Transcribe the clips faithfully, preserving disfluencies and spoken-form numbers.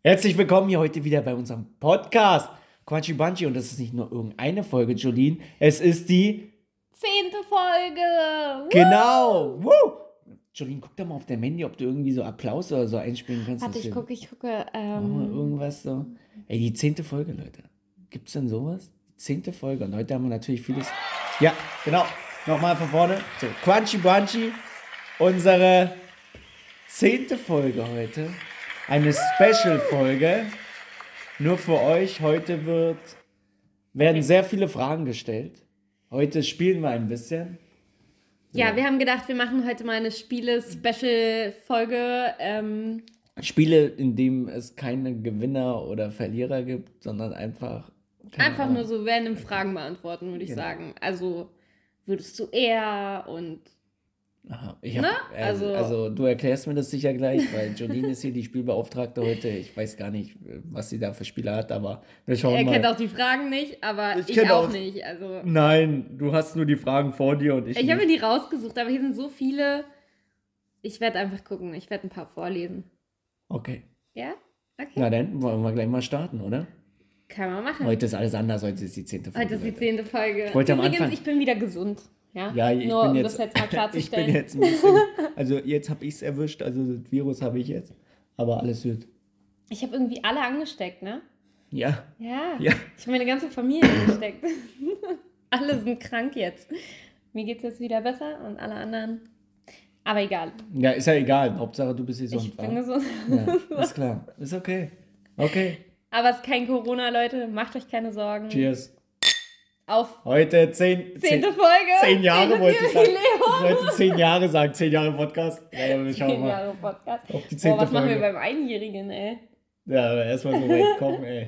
Herzlich willkommen hier heute wieder bei unserem Podcast Quatschi Banchi und das ist nicht nur irgendeine Folge, Jolene, es ist die zehnte Folge! Genau! Woo! Jolene, guck doch mal auf dein Handy, ob du irgendwie so Applaus oder so einspielen kannst. Warte, ich gucke, ich gucke. Machen wir Ähm, irgendwas so. Ey, die zehnte Folge, Leute. Gibt's denn sowas? Die zehnte Folge. Und heute haben wir natürlich vieles. Ja, genau. Nochmal von vorne. So, Quatschi Banchi. Unsere zehnte Folge heute. Eine Special-Folge. Nur für euch. Heute wird, werden sehr viele Fragen gestellt. Heute spielen wir ein bisschen. ja, wir haben gedacht, wir machen heute mal eine Spiele-Special-Folge. Ähm, Spiele, in denen es keine Gewinner oder Verlierer gibt, sondern einfach... keine einfach Ahnung. nur so random Fragen beantworten, würde ich Genau. sagen. Also, würdest du eher und... Aha, ich hab, Ne? also, Also- also du erklärst mir das sicher gleich, weil Jolene ist hier die Spielbeauftragte heute. Ich weiß gar nicht, was sie da für Spiele hat, aber wir schauen Er mal. kennt auch die Fragen nicht, aber Ich ich, kenn auch auch- nicht. Also, Nein, du hast nur die Fragen vor dir und ich, ich habe mir nicht. die rausgesucht, aber hier sind so viele. Ich werde einfach gucken. Ich werde ein paar vorlesen. Okay, Ja? Okay. na dann wollen wir gleich mal starten, oder? Kann man machen. Heute ist alles anders, heute ist die zehnte Folge. Heute ist die Leute. zehnte Folge. Ich wollte am Übrigens, Anfang- ich bin wieder gesund. Ja, Ja, ich Nur bin um jetzt, das jetzt mal ich klarzustellen. bin jetzt ein bisschen, also jetzt habe ich es erwischt, also das Virus habe ich jetzt, aber alles gut. Ich habe irgendwie alle angesteckt, ne? Ja, Ja. ja. Ich habe meine ganze Familie angesteckt. Alle sind krank jetzt. Mir geht's jetzt wieder besser und alle anderen. Aber egal. Ja, ist ja egal, Hauptsache du bist gesund, Ich wa? bin gesund. Ja, ist klar, ist okay. Okay, Aber es ist kein Corona, Leute. Macht euch keine Sorgen. cheers. Auf Heute zehn, zehnte zehn, Folge. zehn Jahre zehntes wollte ich sagen. Jubiläum. Ich wollte zehn Jahre sagen, zehn Jahre Podcast. Ja, aber wir schauen Zehn mal. Jahre Podcast. Auf die Boah, zehnte was machen wir Folge. beim Einjährigen, ey? Ja, aber erstmal so weit kommen, ey.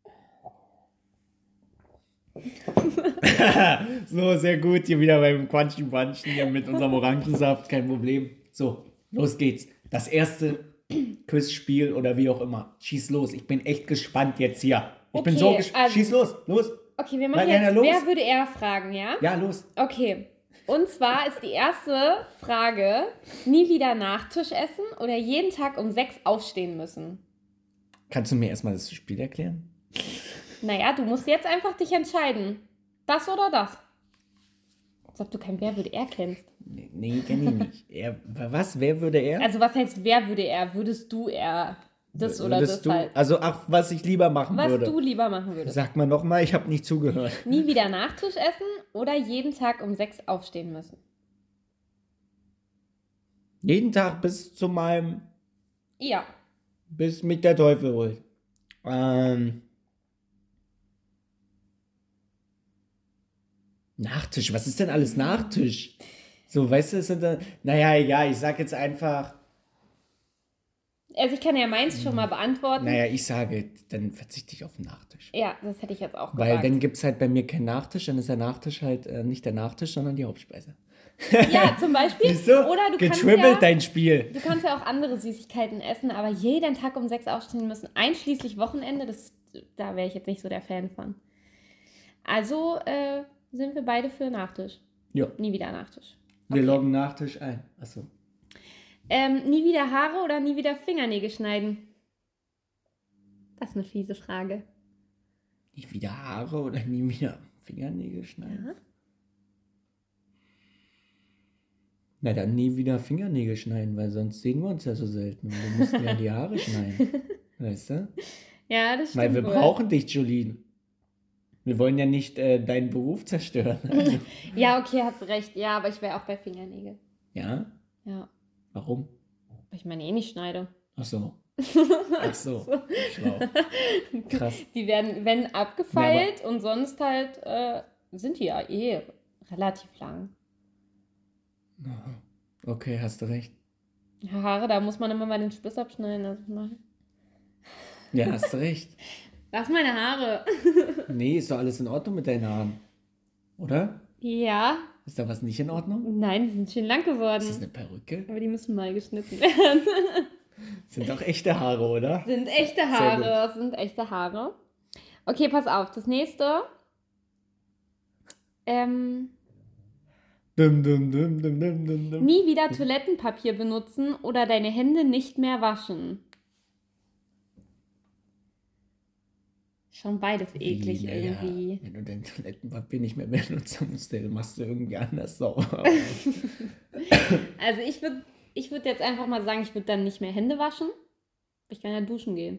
So, sehr gut. Hier wieder beim Quatschen Bunchen hier mit unserem Orangensaft. Kein Problem. So, los geht's. Das erste Quizspiel oder wie auch immer. Schieß los. Ich bin echt gespannt jetzt hier. Ich bin Okay, so gespannt. also- Schieß los. Los. Okay, wir Na, machen gerne jetzt, los. wer würde er fragen, ja? Ja, los. Okay. Und zwar ist die erste Frage, nie wieder Nachtisch essen oder jeden Tag um sechs aufstehen müssen? Kannst du mir erstmal das Spiel erklären? Naja, du musst jetzt einfach dich entscheiden. Das oder das? Als ob du kein Wer würde er kennst. Nee, nee kenne ich nicht. Er, was? Wer würde er? Also was heißt wer würde er? Würdest du eher das oder Würdest das du, halt? Also, ach, was ich lieber machen Was würde. du lieber machen würdest. Sag mal nochmal, ich habe nicht zugehört. Nie wieder Nachtisch essen oder jeden Tag um sechs aufstehen müssen? Jeden Tag bis zu meinem, Ja. bis mich der Teufel holt. Ähm, Nachtisch, was ist denn alles Nachtisch? So, weißt du, es sind dann, naja, egal, ich sag jetzt einfach, Also ich kann ja meins schon mal beantworten. naja, ich sage, dann verzichte ich auf den Nachtisch. Ja, das hätte ich jetzt auch Weil gesagt. dann gibt es halt bei mir keinen Nachtisch, dann ist der Nachtisch halt äh, nicht der Nachtisch, sondern die Hauptspeise. Ja, zum Beispiel. Siehst du? Oder du kannst, Getribbelt ja, dein Spiel. du kannst ja auch andere Süßigkeiten essen, aber jeden Tag um sechs aufstehen müssen, einschließlich Wochenende, das, da wäre ich jetzt nicht so der Fan von. Also äh, sind wir beide für Nachtisch. Ja, Nie wieder Nachtisch. wir Okay. loggen Nachtisch ein. Achso. Ähm, nie wieder Haare oder nie wieder Fingernägel schneiden? Das ist eine fiese Frage. Nie wieder Haare oder nie wieder Fingernägel schneiden? Ja. Na dann nie wieder Fingernägel schneiden, weil sonst sehen wir uns ja so selten. Und wir müssten ja die Haare schneiden. Weißt du? Ja, das stimmt. Weil wir wohl. brauchen dich, Jolene. Wir wollen ja nicht äh, deinen Beruf zerstören. Also, Ja, okay, hast recht. Ja, aber ich wäre auch bei Fingernägel. ja? Ja, Warum? weil ich meine eh nicht schneide. Ach so. Ach so. Schlau. Krass. Die werden, wenn abgefeilt und sonst halt äh, sind die ja eh relativ lang. Okay, hast du recht. Haare, da muss man immer mal den Spiss abschneiden. Also ich mach- Ja, hast du recht. Lass meine Haare. Nee, ist doch alles in Ordnung mit deinen Haaren. Oder? Ja, Ist da was nicht in Ordnung? nein, die sind schön lang geworden. Ist das eine Perücke? Aber die müssen mal geschnitten werden. Sind doch echte Haare, oder? Sind echte Sehr Haare. gut. Das sind echte Haare. Okay, pass auf. Das nächste. Ähm, Dum, dum, dum, dum, dum, dum, dum. nie wieder Toilettenpapier benutzen oder deine Hände nicht mehr waschen. Schon beides eklig Wie, na irgendwie. Ja, wenn du dein Toilettenpapier nicht mehr benutzen musst, dann machst du irgendwie anders sauber. Also ich würde ich würd jetzt einfach mal sagen, ich würde dann nicht mehr Hände waschen. Ich kann ja duschen gehen.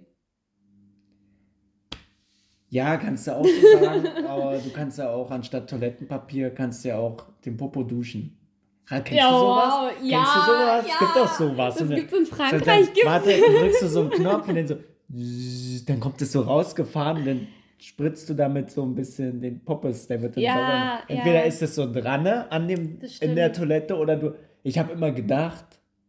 Ja, kannst du auch so sagen, aber du kannst ja auch anstatt Toilettenpapier, kannst du ja auch den Popo duschen. Ha, Kennst Ja, du sowas? wow, Kennst ja, du sowas? ja. Es gibt doch sowas. Das So eine- gibt's in so Frankreich, dann, gibt's. Warte, dann drückst du so einen Knopf und dann so, zzzz, dann kommt es so rausgefahren und dann spritzt du damit so ein bisschen den Poppes, der wird dann Ja, sauber. Entweder ja. ist es so dran, ne, an dem, Das in der stimmt. Toilette oder du, ich habe immer gedacht,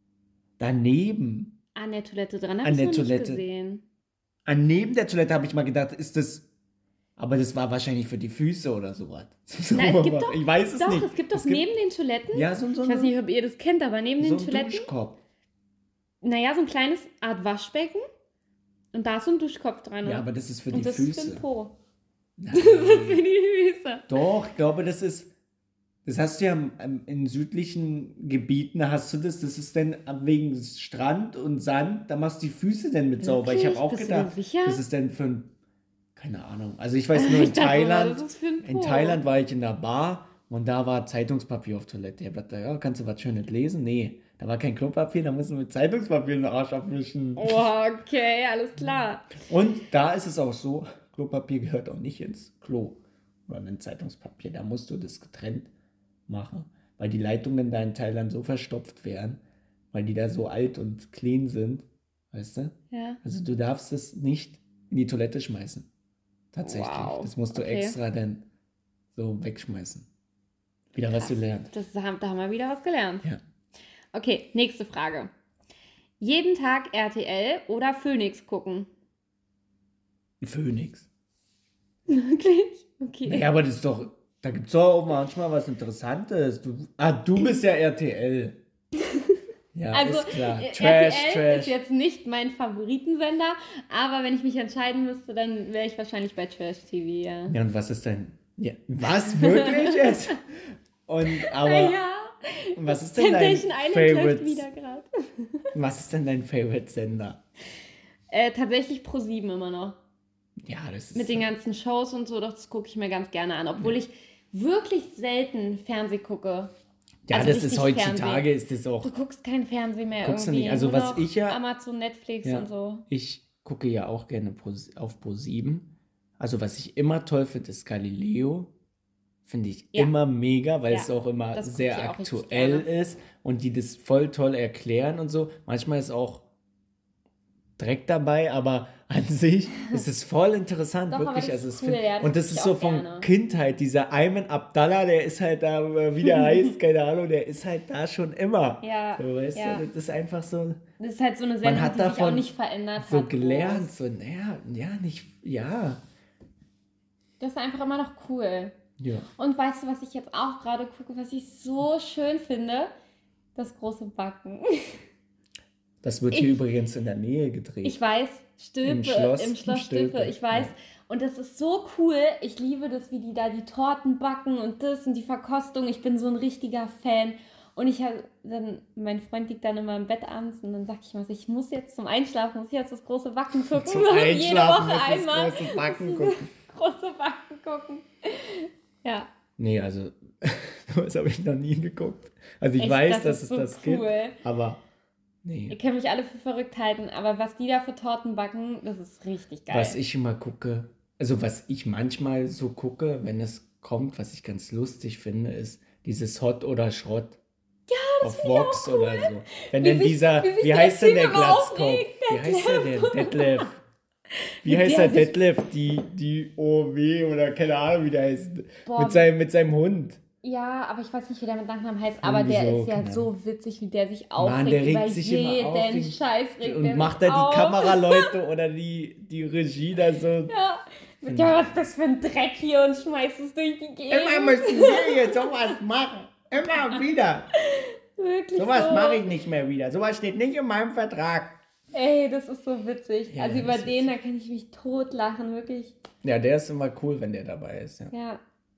daneben, An der Toilette dran An habe ich der noch nicht Toilette. gesehen. an neben der Toilette habe ich mal gedacht, ist das, aber das war wahrscheinlich für die Füße oder sowas. So, Na, es gibt doch, ich weiß es doch, nicht. es gibt doch neben den Toiletten, ja, so, so, ich weiß nicht, ob ihr das kennt, aber neben so den ein Toiletten, Duschkopf. naja, so ein kleines Art Waschbecken und da ist so ein Duschkopf dran. Ja, aber das ist für und die das Füße. ist für den Po. Nein. Das ist für die Füße. Doch, ich glaube, das ist, das hast du ja im- im- in südlichen Gebieten, hast du das, das ist dann wegen Strand und Sand, da machst du die Füße dann mit sauber. Ich habe Wirklich? auch Bist du dir gedacht, sicher? das ist dann für ein, keine Ahnung. Also ich weiß nur, in Ich dachte immer, Thailand, das ist für den Po. in Thailand war ich in der Bar und da war Zeitungspapier auf Toilette. Ich hab gedacht, ja, kannst du was Schönes lesen? Nee, da war kein Klopapier, da musst du mit Zeitungspapier den Arsch abwischen. Oh, okay, alles klar. Und da ist es auch so, Klopapier gehört auch nicht ins Klo oder in Zeitungspapier. Da musst du das getrennt machen, weil die Leitungen da in Thailand so verstopft werden, weil die da so alt und clean sind, weißt du? Ja. Also du darfst es nicht in die Toilette schmeißen. Tatsächlich. Wow, Das musst du okay. extra dann so wegschmeißen. Wieder was gelernt. Das, da haben wir wieder was gelernt. Ja. Okay, nächste Frage. Jeden Tag R T L oder Phoenix gucken? Phönix. Wirklich? Okay. Naja, aber das ist doch, da gibt es doch auch manchmal was Interessantes. Du, ah, du bist ja R T L. Ja, Also, ist klar. äh, Trash, R T L Trash. ist jetzt nicht mein Favoritensender, aber wenn ich mich entscheiden müsste, dann wäre ich wahrscheinlich bei Trash T V, ja. Ja, und was ist denn? Ja, was? Wirklich jetzt? Und aber, Naja, was ist denn dein Temptation Island läuft Favorite? wieder gerade. Was ist denn dein Favorite-Sender? Äh, tatsächlich Pro sieben immer noch. Ja, das ist. Mit den ganzen Shows und so, doch, das gucke ich mir ganz gerne an. Obwohl ich wirklich selten Fernseh gucke. ja, also das ist richtig heutzutage, ist das auch. Du guckst kein Fernsehen mehr Guckst du irgendwie. nicht. Also Nur was noch ich ja- Amazon, Netflix Ja, und so. ich gucke ja auch gerne Pro, auf Pro sieben. Also was ich immer toll finde, ist Galileo. Finde ich Ja. immer mega, weil Ja, es auch immer das gucke sehr ich auch richtig aktuell gerne. ist und die das voll toll erklären und so. Manchmal ist auch Dreck dabei, aber an sich ist es voll interessant, Doch, aber wirklich. das Also ist es cool, find, ja, das und das guck ist ich so auch von gerne. Kindheit, dieser Ayman Abdallah, der ist halt da, äh, wie der heißt, keine Ahnung, der ist halt da schon immer. Ja, So, weißt ja. du, das ist einfach so, Das ist halt so eine Sendung, hat die sich auch davon nicht verändert so hat. gelernt, groß. so, naja, ja, nicht, ja. Das ist einfach immer noch cool. Ja. Und weißt du, was ich jetzt auch gerade gucke, was ich so schön finde? Das große Backen. Das wird hier übrigens in der Nähe gedreht. Ich weiß, Stülpe, Im Schloss im Schloss Stülpe, Stülpe, ich weiß. ja. Und das ist so cool. Ich liebe das, wie die da die Torten backen und das und die Verkostung. Ich bin so ein richtiger Fan. Und ich habe dann, mein Freund liegt dann immer im Bett abends und dann sag ich mal, ich muss jetzt zum Einschlafen, muss ich jetzt das große Backen gucken. Zum Jede Einschlafen Woche muss das einmal. große Backen gucken. Große Backen gucken. Ja. Nee, also, das habe ich noch nie geguckt. Also ich Echt, weiß, das dass ist es so das cool. gibt, aber nee. Ihr könnt mich alle für verrückt halten, aber was die da für Torten backen, das ist richtig geil. Was ich immer gucke, also was ich manchmal so gucke, wenn es kommt, was ich ganz lustig finde, ist dieses Hot oder Schrott. Ja, das auf Vox oder so. Wenn Wie denn sich- dieser, wie sich wie der heißt denn Typ der immer Glatzkopf? aufregt, Wie heißt der denn? Detlef. Wie Wie heißt der der sich- Detlef? Die, die O W oder keine Ahnung, wie der heißt. Boah. Mit seinem, mit seinem Hund. Ja, aber ich weiß nicht, wie der mit Nachnamen heißt, aber Irgendwie der so, ist ja keine so witzig, wie der sich aufregt. Mann, der regt über sich jeden immer auf. wie- Scheiß regt und der macht sich da die auf. Kameraleute oder die, die Regie da so. Ja. Ja, was ist das für ein Dreck hier und schmeißt es durch die Gegend. Immer müssen wir jetzt sowas machen. Immer wieder. Wirklich Sowas so. mache ich nicht mehr wieder. Sowas steht nicht in meinem Vertrag. Ey, das ist so witzig. Ja, also das über ist den, da kann ich mich totlachen, wirklich. Ja, der ist immer cool, wenn der dabei ist. Ja. Ja.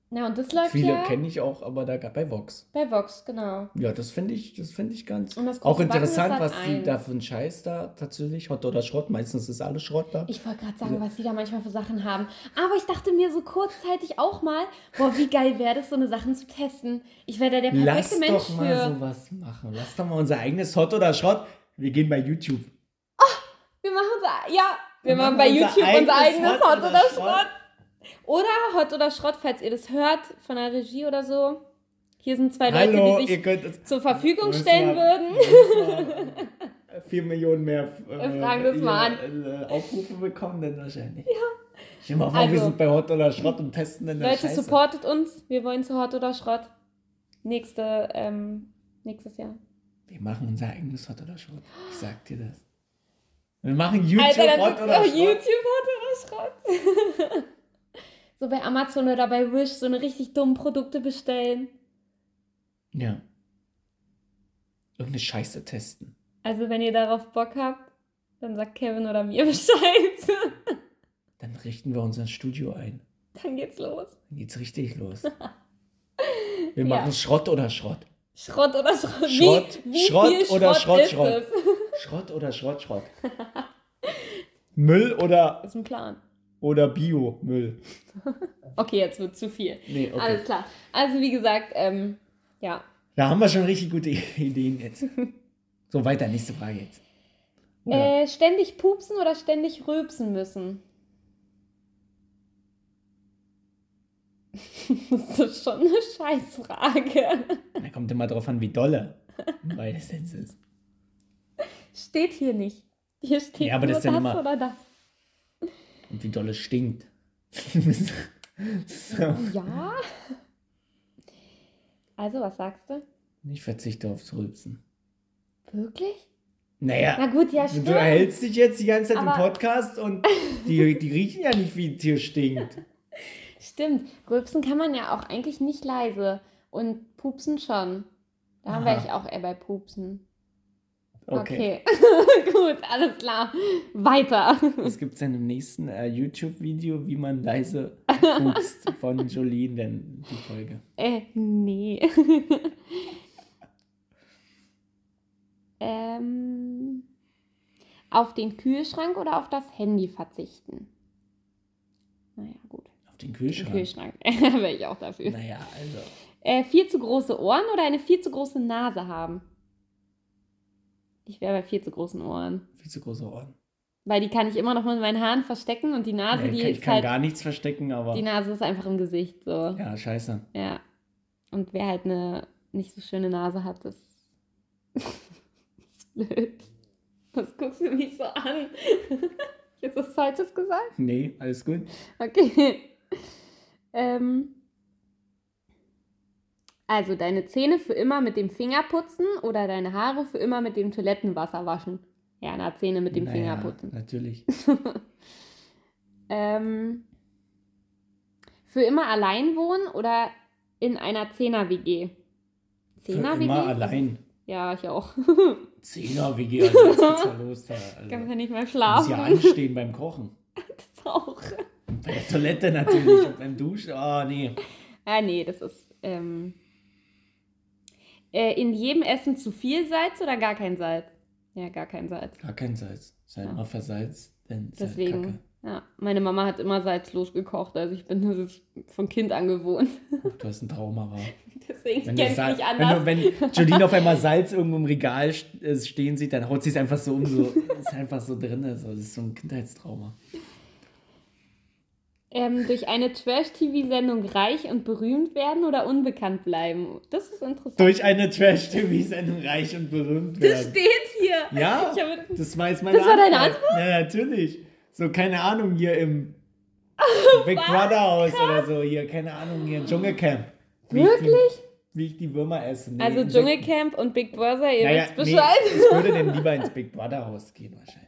Na, und das läuft Viele ja kenne ich auch, aber da gab bei Vox. bei Vox, genau. Ja, das finde ich, das finde ich ganz Und das auch große Backen ist interessant, Sat was die da eins. für einen Scheiß da tatsächlich, Hot oder Schrott, meistens ist alles Schrott da. Ich wollte gerade sagen, was die da manchmal für Sachen haben. Aber ich dachte mir so kurzzeitig auch mal, boah, wie geil wäre das, so eine Sachen zu testen. Ich wäre da der perfekte Lass Mensch doch mal für. sowas machen. Lass doch mal unser eigenes Hot oder Schrott. Wir gehen bei YouTube. Wir machen unser, ja, wir Wir machen machen bei unser YouTube unser eigenes eigenes Hot Hot oder oder Schrott. Schrott. Oder Hot oder Schrott, falls ihr das hört, von der Regie oder so. Hier sind zwei Leute, Hallo, die ihr sich könnt es zur Verfügung müssen stellen wir- würden. müssen wir vier Millionen mehr äh, Wir fragen das mal hier, äh, Aufrufe bekommen, dann wahrscheinlich. Ja. Ich mal vor, Also, wir sind bei Hot oder Schrott und testen dann Leute, Scheiße. supportet uns. Wir wollen zu Hot oder Schrott. Nächste, ähm, nächstes Jahr. Wir machen unser eigenes Hot oder Schrott. Ich sag dir das. Wir machen YouTube Alter, dann Hot gibt's oder auch Schrott. YouTube Hot oder Schrott. So bei Amazon oder bei Wish so eine richtig dummen Produkte bestellen. Ja. Irgendeine Scheiße testen. Also wenn ihr darauf Bock habt, dann sagt Kevin oder mir Bescheid. Dann richten wir unser Studio ein. Dann geht's los. Dann geht's richtig los. Wir Ja. machen Schrott oder Schrott. Schrott oder Schrott? Schrott, wie, wie Schrott viel oder Schrott, Schrott, ist Schrott. es? Schrott oder Schrott, Schrott. Müll oder, Das ist ein Plan. oder Bio-Müll. Okay, jetzt wird zu viel. Nee, okay. Alles klar. Also wie gesagt, ähm, ja. Da haben wir schon richtig gute Ideen jetzt. So, weiter, nächste Frage jetzt. Oder? Äh, ständig pupsen oder ständig rülpsen müssen? Das ist schon eine Scheißfrage. Da kommt immer drauf an, wie dolle beides jetzt ist. Steht hier nicht. Hier steht Ja, aber nur das ist ja immer- oder das. Und wie dolle stinkt. So. Ja. Also, was sagst du? Ich verzichte aufs Rülpsen. Wirklich? Naja, Na gut, ja, stimmt. du erhältst dich jetzt die ganze Zeit Aber- im Podcast und die, die riechen ja nicht, wie ein Tier stinkt. Stimmt. Rülpsen kann man ja auch eigentlich nicht leise. Und pupsen schon. Da Aha. wäre ich auch eher bei pupsen. Okay. Okay. Gut, alles klar. Weiter. Das gibt es dann im nächsten äh, YouTube-Video, wie man leise pupst von Jolene, denn die Folge. Äh, nee. ähm, auf den Kühlschrank oder auf das Handy verzichten? Naja, gut. Auf den Den Kühlschrank. Kühlschrank. Wäre ich auch dafür. Naja, also. Äh, viel zu große Ohren oder eine viel zu große Nase haben? Ich wäre bei viel zu großen Ohren. Viel zu große Ohren. Weil die kann ich immer noch mit meinen Haaren verstecken und die Nase, Nee, die kann, ich ist kann halt. gar nichts verstecken, aber. Die Nase ist einfach im Gesicht. So. Ja. Ja, scheiße. Und wer halt eine nicht so schöne Nase hat, das ist blöd. Was guckst du mich so an? Jetzt was Falsches gesagt? Nee, alles gut. Okay. ähm, also deine Zähne für immer mit dem Finger putzen oder deine Haare für immer mit dem Toilettenwasser waschen? Ja, na, Zähne mit dem naja, Finger putzen. Natürlich. ähm, für immer allein wohnen oder in einer Zehner-W G? Für Zehner-W G? immer allein. Ja, ich auch. Zehner-W G, also was geht's da los da? Also, Kann ja nicht mehr muss schlafen. ja anstehen beim Kochen. Das auch. Und bei der Toilette natürlich und beim Duschen. Ah, nee. Ah, nee, das ist ähm, äh, in jedem Essen zu viel Salz oder gar kein Salz? Ja, gar kein Salz. Gar kein Salz. Ist halt Ja. immer versalzt. Denn ist halt Deswegen, Kacke. ja, meine Mama hat immer salzlos gekocht, also ich bin das von Kind an gewohnt. Du hast ein Trauma, war. Deswegen Wenn, kenne du ich Sal- nicht wenn, anders. du, wenn Jolene auf einmal Salz irgendwo im Regal st- äh, stehen sieht, dann haut sie es einfach so um. So, ist einfach so drin. So. Das ist so ein Kindheitstrauma. Ähm, durch eine Trash-T V-Sendung reich und berühmt werden oder unbekannt bleiben? Das ist interessant. Durch eine Trash-T V-Sendung reich und berühmt Das werden. steht hier. Ja, Ich habe das- das war jetzt meine Das war deine Ja, natürlich. So, keine Ahnung, hier im Big Brother Haus oder so. Hier, keine Ahnung, hier im Dschungelcamp. Wie ich die- Wirklich? Wie ich die Würmer esse. Nee, Also im Dschungelcamp und Big Brother, ihr Naja, wisst nee, Bescheid. ich würde denn lieber ins Big Brother Haus gehen wahrscheinlich.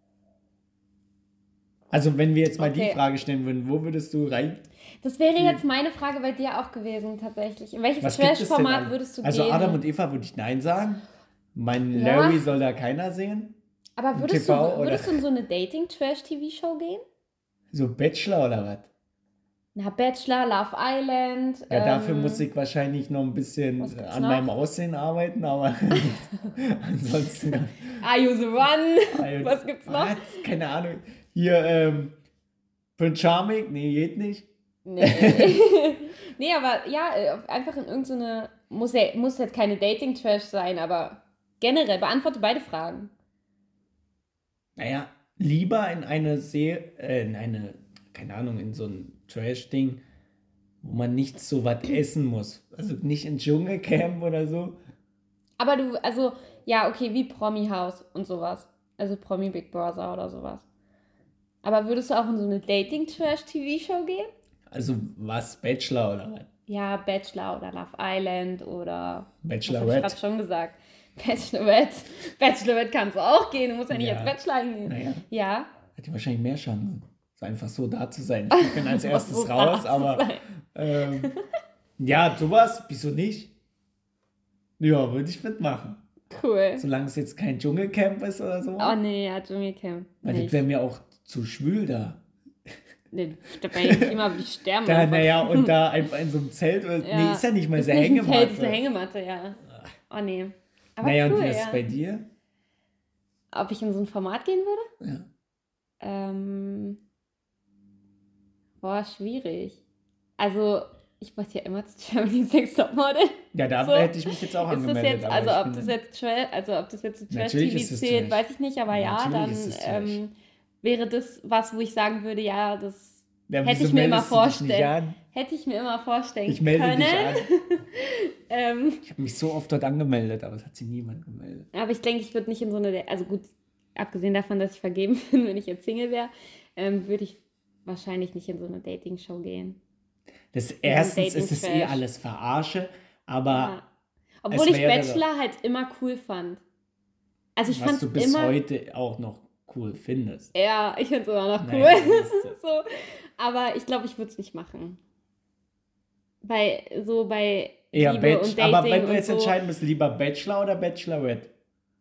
Also wenn wir jetzt mal die Okay. Frage stellen würden, wo würdest du rein? Das wäre jetzt meine Frage bei dir auch gewesen, tatsächlich. In welches Was gibt es denn Trash-Format an- würdest du Also gehen? Adam und Eva würde ich Nein sagen. Mein Ja. Larry soll da keiner sehen. Aber würdest, T V du, oder- würdest du in so eine Dating-Trash-T V-Show gehen? So Bachelor oder was? Na, Bachelor, Love Island. Ja, dafür ähm, muss ich wahrscheinlich noch ein bisschen was gibt's an noch? meinem Aussehen arbeiten, aber ansonsten. Are You the One? Also, Was gibt's noch? was? Keine Ahnung. Hier, ähm, Prince Charming? Nee, geht nicht. Nee. Nee, aber ja, äh, einfach in irgendeine. Muss, ja, muss jetzt keine Dating-Trash sein, aber generell beantworte beide Fragen. Naja, lieber in eine Serie, äh, in eine, keine Ahnung, in so ein Trash-Ding, wo man nicht so was essen muss. Also nicht ins Dschungelcamp oder so. Aber du, also, ja, okay, wie Promi-Haus und sowas. Also Promi Big Brother oder sowas. Aber würdest du auch in so eine Dating-Trash-T V-Show gehen? Also was, Bachelor oder was? Ja, Bachelor oder Love Island oder. Was habe ich Bachelorette. gerade schon gesagt? Bachelorette. Bachelorette kannst du auch gehen. Du musst ja nicht Ja. als Bachelor hingehen. Naja, Ja. hat die wahrscheinlich mehr Chancen. So einfach so da zu sein. Ich bin als erstes So da raus, zu aber sein. ähm, ja, sowas, wieso nicht? Ja, würde ich mitmachen. Cool. Solange es jetzt kein Dschungelcamp ist oder so. Oh nee, ja, Dschungelcamp. Weil das Nicht. wäre mir auch zu schwül da. Nee, da bin ich immer wie sterben. Da, einfach. naja, und da einfach in so einem Zelt. Oder, Ja. Nee, ist ja nicht mal Ist diese nicht ein Zelt, Hängematte. ist eine Hängematte, ja. Oh nee. Aber Naja, cool, und wie ist ja. es bei dir? Ob ich in so ein Format gehen würde? Ja. Ähm, boah, schwierig. Also, ich wollte ja immer zu Germany's Next Topmodel. Ja, da So. hätte ich mich jetzt auch Ist das angemeldet. jetzt, aber also ich ob bin das dann- jetzt Trash, also ob das jetzt zu Natürlich Trash-T V ist es zählt, Trash. weiß ich nicht, aber ja, Natürlich dann ist es Trash. ähm, wäre das was, wo ich sagen würde, ja, das Ja, hätte wieso ich mir immer meldest du dich nicht vorstellen, an? hätte ich mir immer vorstellen Ich melde können. dich an. Ähm, Ich habe mich so oft dort angemeldet, aber es hat sich niemand gemeldet. aber ich denke, ich würde nicht in so eine, also gut, abgesehen davon, dass ich vergeben bin, wenn ich jetzt Single wäre, ähm, würde ich wahrscheinlich nicht in so eine Dating-Show gehen. Das erstens ist es eh Dating-Trash. alles Verarsche, aber Ja. Obwohl es ich wäre Bachelor halt immer cool fand. Also ich was fand du es bis immer. heute auch noch cool findest. Ja, ich finde es immer noch cool. Naja, siehst du. So. Aber ich glaube, ich würde es nicht machen. Bei so bei Ja, Liebe Bach- und Dating aber wenn du und jetzt so. entscheiden musst, lieber Bachelor oder Bachelorette?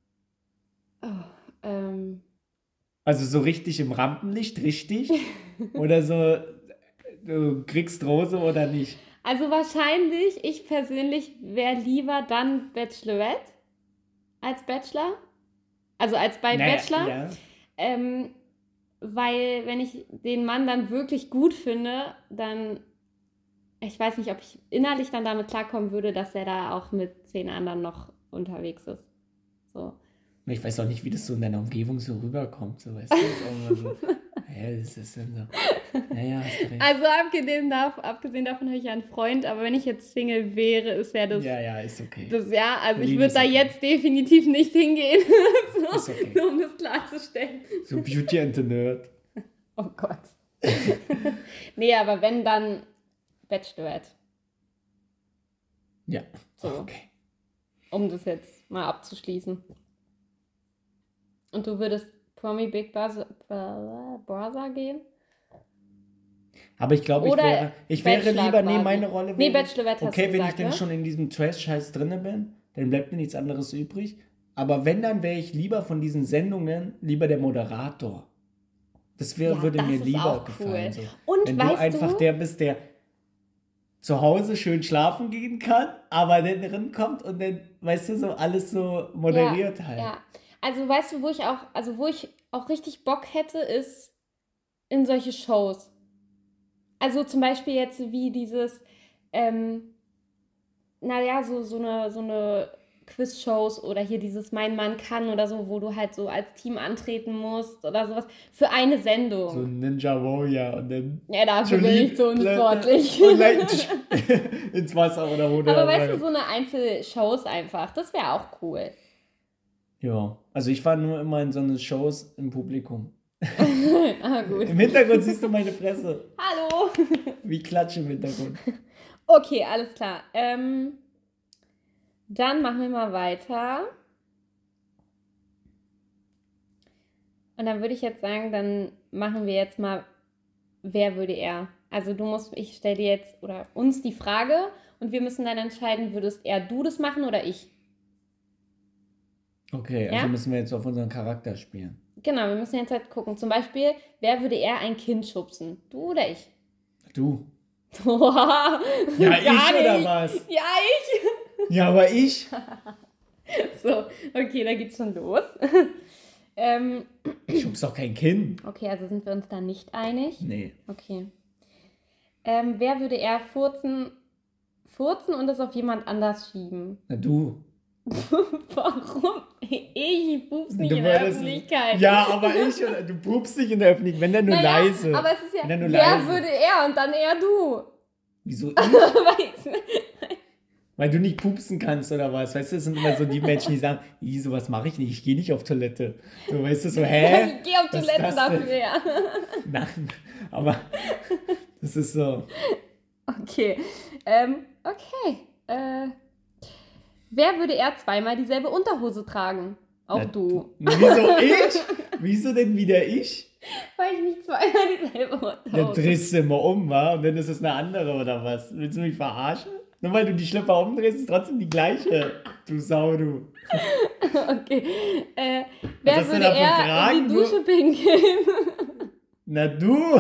Oh, ähm, Also so richtig im Rampenlicht, richtig? Oder so, du kriegst Rose oder nicht? also wahrscheinlich, ich persönlich wäre lieber dann Bachelorette als Bachelor. Also als bei Naja, Bachelor. Ja. Ähm, weil wenn ich den Mann dann wirklich gut finde, dann, ich weiß nicht, ob ich innerlich dann damit klarkommen würde, dass er da auch mit zehn anderen noch unterwegs ist. So. Ich weiß auch nicht, wie das so in deiner Umgebung so rüberkommt. So, weißt du? Auch immer so, hä, das ist denn so. Naja, hast du recht. Also abgesehen, darf, abgesehen davon habe ich ja einen Freund, aber wenn ich jetzt Single wäre, ist ja das, Ja, ja, ist okay. das ja, also ich Liebe würde ist da okay. jetzt definitiv nicht hingehen, so, Ist okay. nur um das klarzustellen. So Beauty and the Nerd. Oh Gott. Nee, aber wenn, dann Bachelorette. Ja. So. Okay. Um das jetzt mal abzuschließen. Und du würdest Promi Big Brother, Brother gehen? Aber ich glaube, ich Oder wäre, ich wäre Bachelor lieber, nee, quasi. meine Rolle wäre. Nee, Bachelorette hast Okay, du wenn gesagt, ich denn ne? schon in diesem Trash-Scheiß drinne bin, dann bleibt mir nichts anderes übrig. Aber wenn, dann wäre ich lieber von diesen Sendungen lieber der Moderator. Das wär, Ja, würde das mir ist lieber auch gefallen. cool. So. Und Wenn weißt du einfach du- der bist, der zu Hause schön schlafen gehen kann, aber dann drin kommt und dann, weißt du, so alles so moderiert ja, halt. Ja, also weißt du, wo ich auch, also wo ich auch richtig Bock hätte, ist in solche Shows. Also zum Beispiel jetzt wie dieses, ähm, naja, so, so eine, so eine Quiz-Shows oder hier dieses Mein Mann kann oder so, wo du halt so als Team antreten musst oder sowas für eine Sendung. So ein Ninja Warrior und dann Ja, dafür bin Jolie ich zu Blätter unsportlich. und dann ins Wasser oder wo Aber weißt du, so eine Einzelshows einfach, das wäre auch cool. Ja, also ich war nur immer in so eine Shows im Publikum. Ah, gut. Im Hintergrund siehst du meine Fresse. Hallo. Wie Klatsche im Hintergrund. Okay, alles klar. Ähm, dann machen wir mal weiter. Und dann würde ich jetzt sagen, dann machen wir jetzt mal, wer würde er? Also du musst, ich stelle dir jetzt oder uns die Frage und wir müssen dann entscheiden, würdest eher du das machen oder ich? Okay, Ja? also müssen wir jetzt auf unseren Charakter spielen. Genau, wir müssen jetzt halt gucken. Zum Beispiel, wer würde eher ein Kind schubsen? Du oder ich? Du. Boah, Ja, gar ich oder nicht. was? Ja, ich. Ja, aber ich. So, okay, da geht's schon los. ähm, Ich schub's doch kein Kind. okay, also sind wir uns da nicht einig. Nee. Okay. Ähm, wer würde eher furzen, furzen und es auf jemand anders schieben? Na du. Warum? Ich pups nicht Du in der würdest- Öffentlichkeit. Ja, aber ich, oder du pupst nicht in der Öffentlichkeit, wenn dann nur Naja, leise. aber es ist ja, Wenn dann nur wer leise. würde er und dann eher du? Wieso ich? Weißt du? Weil du nicht pupsen kannst oder was? Weißt du, das sind immer so die Menschen, die sagen, "Ih, sowas mache ich nicht, ich gehe nicht auf Toilette." So, weißt du, so, hä? Ich gehe auf Was ist Toilette das dafür, denn? ja. Nein, aber das ist so. Okay. Ähm, okay. Äh, wer würde eher zweimal dieselbe Unterhose tragen? Auch Na, du. Wieso ich? Wieso denn wieder ich? Weil ich nicht zweimal dieselbe Dann Unterhose. drehst du immer um, wa? Und dann ist es eine andere oder was? Willst du mich verarschen? Nur weil du die Schlipper umdrehst, ist trotzdem die gleiche. Du Sau, du. Okay. Äh, wer hast du würde da für eher Fragen? in die Dusche pinkeln? Na du.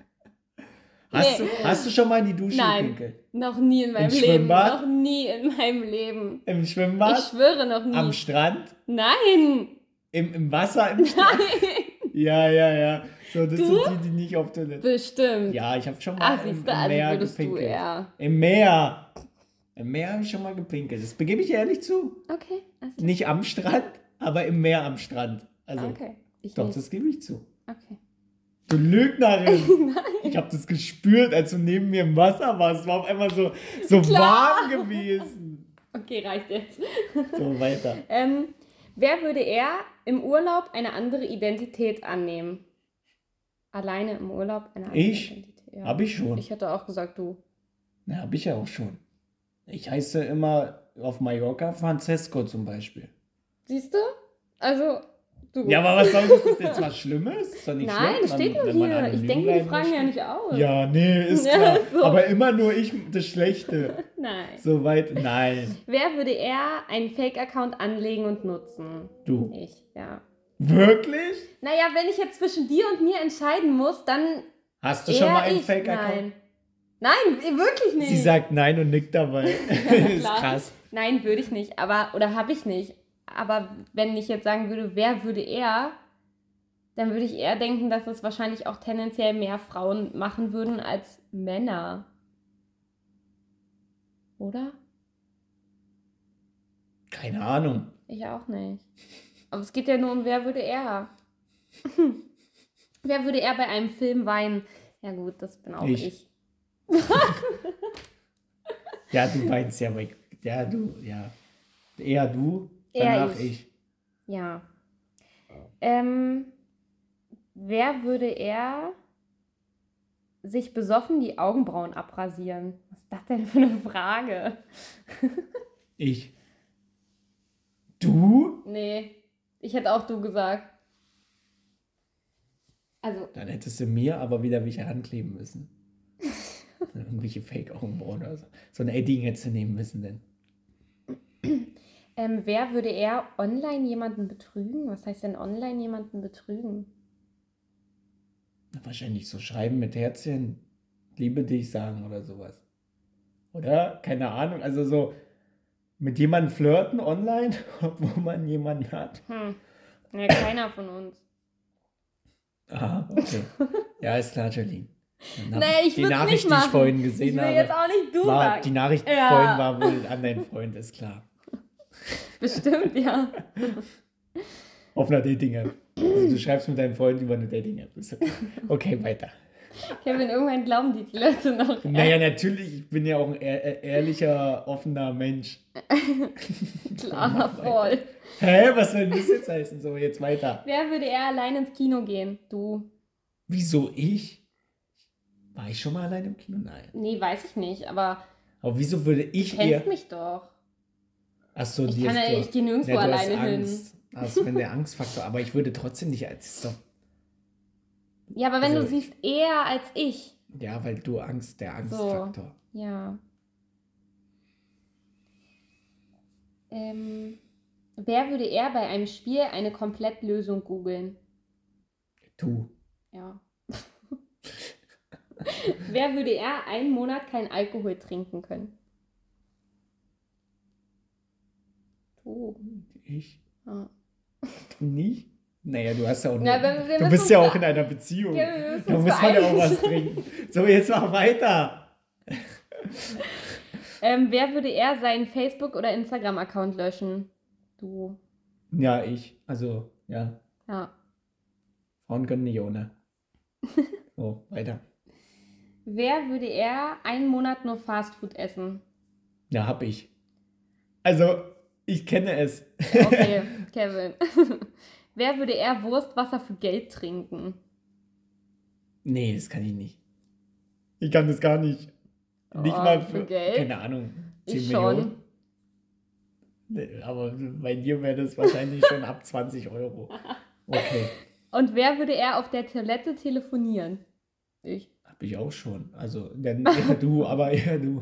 Hast, Nee. du, hast du schon mal in die Dusche Nein. gepinkelt? Noch nie in meinem Im Leben. Schwimmbad? Noch nie in meinem Leben. Im Ich Schwimmbad? schwöre noch nie. Am Strand? Nein. Im, Im Wasser? Im Strand? Nein. Ja, ja, ja. So, das Du? sind die, die nicht auf Toilette. Bestimmt. Ja, ich habe schon mal Ach, im, siehst du, im also Meer würdest du gepinkelt. eher. Im Meer. Im Meer habe ich schon mal gepinkelt. Das begebe ich ehrlich zu. Okay. alles klar. Nicht am Strand, aber im Meer am Strand. Also, Okay. Ich doch, nicht. das gebe ich zu. Okay. Du Lügnerin! Ich habe das gespürt, als du neben mir im Wasser warst. Es war auf einmal so, so Klar. warm gewesen. Okay, reicht jetzt. So, weiter. Ähm, wer würde eher im Urlaub eine andere Identität annehmen? Alleine im Urlaub eine andere Ich? Identität. Ja. Hab ich schon. Ich hätte auch gesagt, du. Na, habe ich ja auch schon. Ich heiße immer auf Mallorca Francesco zum Beispiel. Siehst du? Also, du. Ja, aber was soll das? Ist das jetzt was Schlimmes? Ist doch nicht Nein, schlimm, das steht wenn- nur wenn man hier. Ich anonym denke die bleiben Fragen ja möchte. nicht aus. Ja, nee, ist Ja, klar. so. Aber immer nur ich das Schlechte. Nein. Soweit, nein. Wer würde eher einen Fake-Account anlegen und nutzen? Du. Ich, ja. Wirklich? Naja, wenn ich jetzt zwischen dir und mir entscheiden muss, dann Hast du eher schon mal einen ich. Fake-Account? Nein. Nein, wirklich nicht. Sie sagt nein und nickt dabei. ist Klar. krass. Nein, würde ich nicht. Aber, oder habe ich nicht. Aber wenn ich jetzt sagen würde, wer würde eher, dann würde ich eher denken, dass es wahrscheinlich auch tendenziell mehr Frauen machen würden als Männer. Oder? Keine Ahnung. Ich auch nicht. Aber es geht ja nur um, wer würde eher. Wer würde eher bei einem Film weinen? Ja gut, das bin auch Ich. ich. Ja, du meinst ja weg. Ja, du, ja. Eher du, Eher danach ich. ich. Ja. Ähm, wer würde eher sich besoffen die Augenbrauen abrasieren? Was ist das denn für eine Frage? Ich. Du? Nee, ich hätte auch du gesagt. Also, Dann hättest du mir aber wieder welche rankleben müssen. Irgendwelche Fake-Augenbrauen oder so. So ein Edding hättest du nehmen müssen, denn. ähm, wer würde eher online jemanden betrügen? Was heißt denn online jemanden betrügen? Na, wahrscheinlich so schreiben mit Herzchen, liebe dich sagen oder sowas. Oder? Keine Ahnung. Also so mit jemandem flirten online, wo man jemanden hat. Hm, ja, keiner von uns. Ah, okay. Ja, ist klar, Jolene. Dann hab Nee, ich die würd's Nachricht, nicht die ich machen. vorhin Ich gesehen will habe, jetzt auch nicht du war, sagen. die Nachricht Ja. vorhin war wohl an deinen Freund, ist klar. Bestimmt, ja. Auf einer Dating-App. Also du schreibst mit deinem Freund über eine Dating-App. Ist okay. Okay, weiter. Kevin, irgendwann glauben die, die Leute noch. Naja, natürlich, ich bin ja auch ein ehr- ehr- ehrlicher, offener Mensch. Klar, voll. Hä, was soll das jetzt heißen? So, jetzt weiter. Wer würde eher allein ins Kino gehen? Du. Wieso ich? War ich schon mal allein im Kino? Nein. Nee, weiß ich nicht, aber Aber wieso würde ich du kennst eher... mich doch. Achso, Ich die kann ist ja- doch- ich geh nirgendwo Ja, du hast alleine hin. Angst. Also wenn der Angstfaktor, aber ich würde trotzdem nicht als... ist doch- Ja, aber wenn Also- du siehst eher als ich. Ja, weil du Angst, der Angstfaktor. Ja. Ähm, wer würde eher bei einem Spiel eine Komplettlösung googeln? Du. Ja. Wer würde eher einen Monat kein Alkohol trinken können? Du. Ich? Ja. Du nicht? Naja, du hast ja auch Ja, eine, wir- wir du müssen bist uns ja auch be- in einer Beziehung. Ja, wir müssen Da uns muss man ja auch beeilen. was trinken. So, jetzt mach weiter. Ähm, wer würde eher seinen Facebook- oder Instagram-Account löschen? Du. Ja, ich. Also, ja. Ja. Frauen können nicht ohne. So, weiter. Wer würde eher einen Monat nur Fastfood essen? Ja, hab ich. Also, ich kenne es. Okay, Kevin. Wer würde eher Wurstwasser für Geld trinken? Nee, das kann ich nicht. Ich kann das gar nicht. Nicht Oh, mal für für, Geld? keine Ahnung, zehn Ich Millionen. schon. Nee, aber bei dir wäre das wahrscheinlich schon ab zwanzig Euro. Okay, Und wer würde eher auf der Toilette telefonieren? Ich. hab ich auch schon. Also, dann eher du, aber eher du.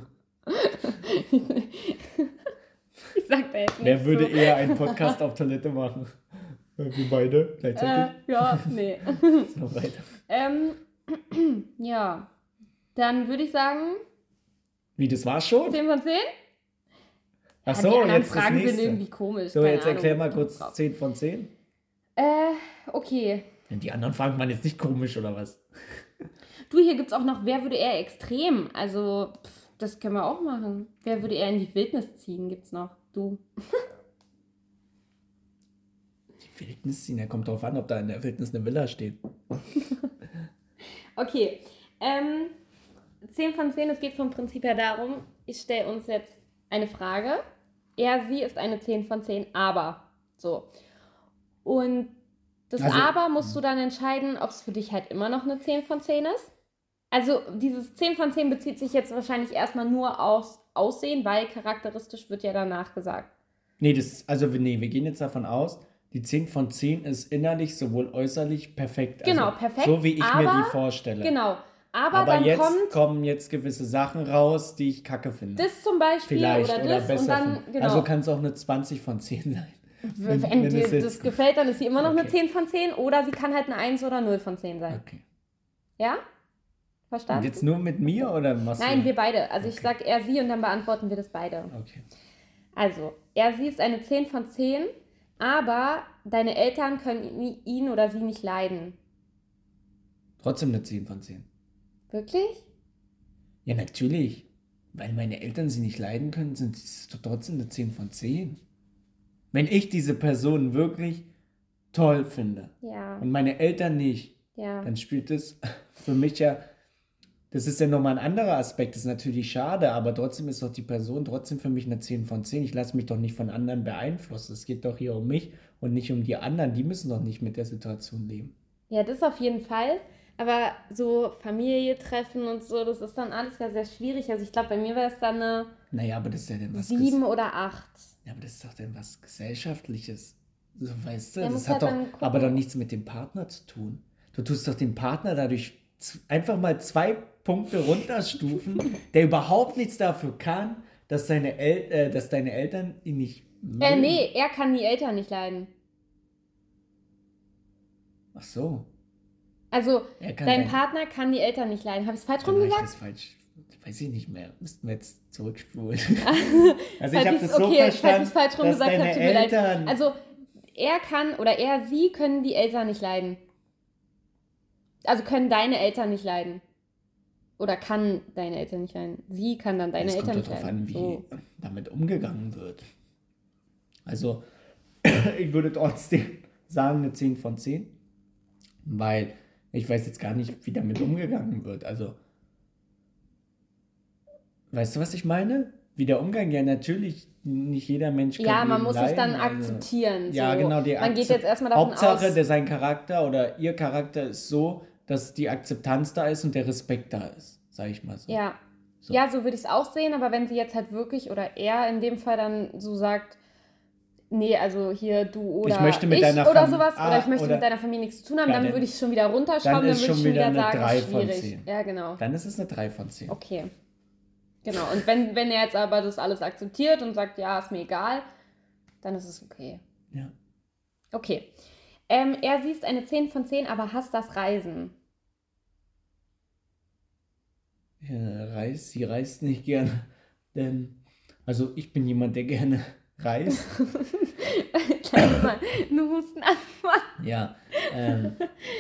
Ich sag da jetzt Wer nichts würde zu. eher einen Podcast auf Toilette machen? Äh, Wir beide Äh, gleichzeitig. ja, nee. So, weiter. ähm, ja. Dann würde ich sagen, Wie, das war's schon? zehn von zehn? Ach Ja, so, die anderen jetzt das Fragen sind nächste. irgendwie komisch. So, keine jetzt erklär Ahnung. mal kurz zehn von zehn. Äh, okay. Die anderen Fragen waren jetzt nicht komisch, oder was? Du, hier gibt es auch noch, wer würde eher extrem? Also, pff, das können wir auch machen. Wer würde eher in die Wildnis ziehen? Gibt's noch. Du. Die Wildnis ziehen, ja, kommt drauf an, ob da in der Wildnis eine Villa steht. Okay. Ähm, zehn von zehn, es geht vom Prinzip her darum, ich stelle uns jetzt eine Frage. Er, sie ist eine zehn von zehn, aber. So. Und das Also- Aber musst du dann entscheiden, ob es für dich halt immer noch eine zehn von zehn ist. Also dieses zehn von zehn bezieht sich jetzt wahrscheinlich erstmal nur aufs Aussehen, weil charakteristisch wird ja danach gesagt. Nee, das, also wir- nee, wir gehen jetzt davon aus, die zehn von zehn ist innerlich sowohl äußerlich perfekt. Genau, also perfekt, So wie ich mir aber- die vorstelle. Genau. Aber, Aber dann jetzt kommt kommen jetzt gewisse Sachen raus, die ich kacke finde. das zum Beispiel Vielleicht oder, oder, das besser und dann, finde. genau. Also kann es auch eine zwanzig von zehn sein. wenn wenn dir es jetzt- das gefällt, dann ist sie immer noch eine Okay. zehn von zehn oder sie kann halt eine eins oder null von zehn sein. Okay. Ja? Und Verstanden? jetzt nur mit mir oder machst Nein, du? wir beide. Also ich Okay. sag er, sie und dann beantworten wir das beide. Okay. Also, er, sie ist eine zehn von zehn, aber deine Eltern können i- ihn oder sie nicht leiden. Trotzdem eine zehn von zehn. Wirklich? Ja, natürlich. Weil meine Eltern sie nicht leiden können, sind es doch trotzdem eine zehn von zehn. Wenn ich diese Person wirklich toll finde Ja, und meine Eltern nicht, ja. dann spielt das für mich ja, das ist ja nochmal ein anderer Aspekt, das ist natürlich schade, aber trotzdem ist doch die Person trotzdem für mich eine zehn von zehn. Ich lasse mich doch nicht von anderen beeinflussen. Es geht doch hier um mich und nicht um die anderen. Die müssen doch nicht mit der Situation leben. Ja, das auf jeden Fall. Aber so Familie treffen und so, das ist dann alles ja sehr schwierig. Also ich glaube, bei mir wäre es dann eine Naja, aber das ist ja dann was, sieben oder acht. ja, aber das ist doch dann was Gesellschaftliches. So, weißt du, Der das muss hat halt doch dann gucken. aber doch nichts mit dem Partner zu tun. Du tust doch den Partner dadurch z- einfach mal zwei Punkte runterstufen, der überhaupt nichts dafür kann, dass deine, El äh, dass deine Eltern ihn nicht mögen. Äh, nee, er kann die Eltern nicht leiden. Ach so. Also, Er kann dein dein- Partner kann die Eltern nicht leiden. Habe ich es falsch Dann rum habe ich gesagt? das falsch. Weiß ich nicht mehr. Müssten wir jetzt zurückspulen. Falls also ich habe ich's- das so okay, falls verstanden, ich's falsch rum dass gesagt deine habe, tut mir leid. Eltern... Also, er kann oder er, sie können die Eltern nicht leiden. Also können deine Eltern nicht leiden. Oder kann deine Eltern nicht leiden. Sie kann dann deine Es kommt Eltern doch nicht darauf leiden. an, wie So. damit umgegangen wird. Also, ich würde trotzdem sagen, eine zehn von zehn, weil ich weiß jetzt gar nicht, wie damit umgegangen wird. Also, weißt du, was ich meine? Wie der Umgang, ja, natürlich, nicht jeder Mensch kann Ja, man jeden muss es dann leiden, also- akzeptieren. Ja, so. genau. Die Man geht Akzep- jetzt erstmal davon Hauptsache, aus. der, sein Charakter oder ihr Charakter ist so, dass die Akzeptanz da ist und der Respekt da ist, sag ich mal so. Ja. So. Ja, so würde ich es auch sehen, aber wenn sie jetzt halt wirklich oder er in dem Fall dann so sagt, nee, also hier du oder Ich möchte mit deiner oder Fam- sowas Ah, oder ich möchte oder- mit deiner Familie nichts zu tun haben, Ja, dann dann- würde ich es schon wieder runterschrauben, dann, ist würde ich schon schon wieder wieder eine sagen, drei von schwierig. zehn. Ja, genau. Dann ist es eine drei von zehn. Okay. Genau. Und wenn, wenn er jetzt aber das alles akzeptiert und sagt, ja, ist mir egal, dann ist es okay. Ja. Okay. Ähm, er siehst eine zehn von zehn, aber hasst das Reisen. äh, reist. Sie reist nicht gerne, denn, also ich bin jemand, der gerne reist. Gleich mal einen Husten anfangen. Ja, ähm,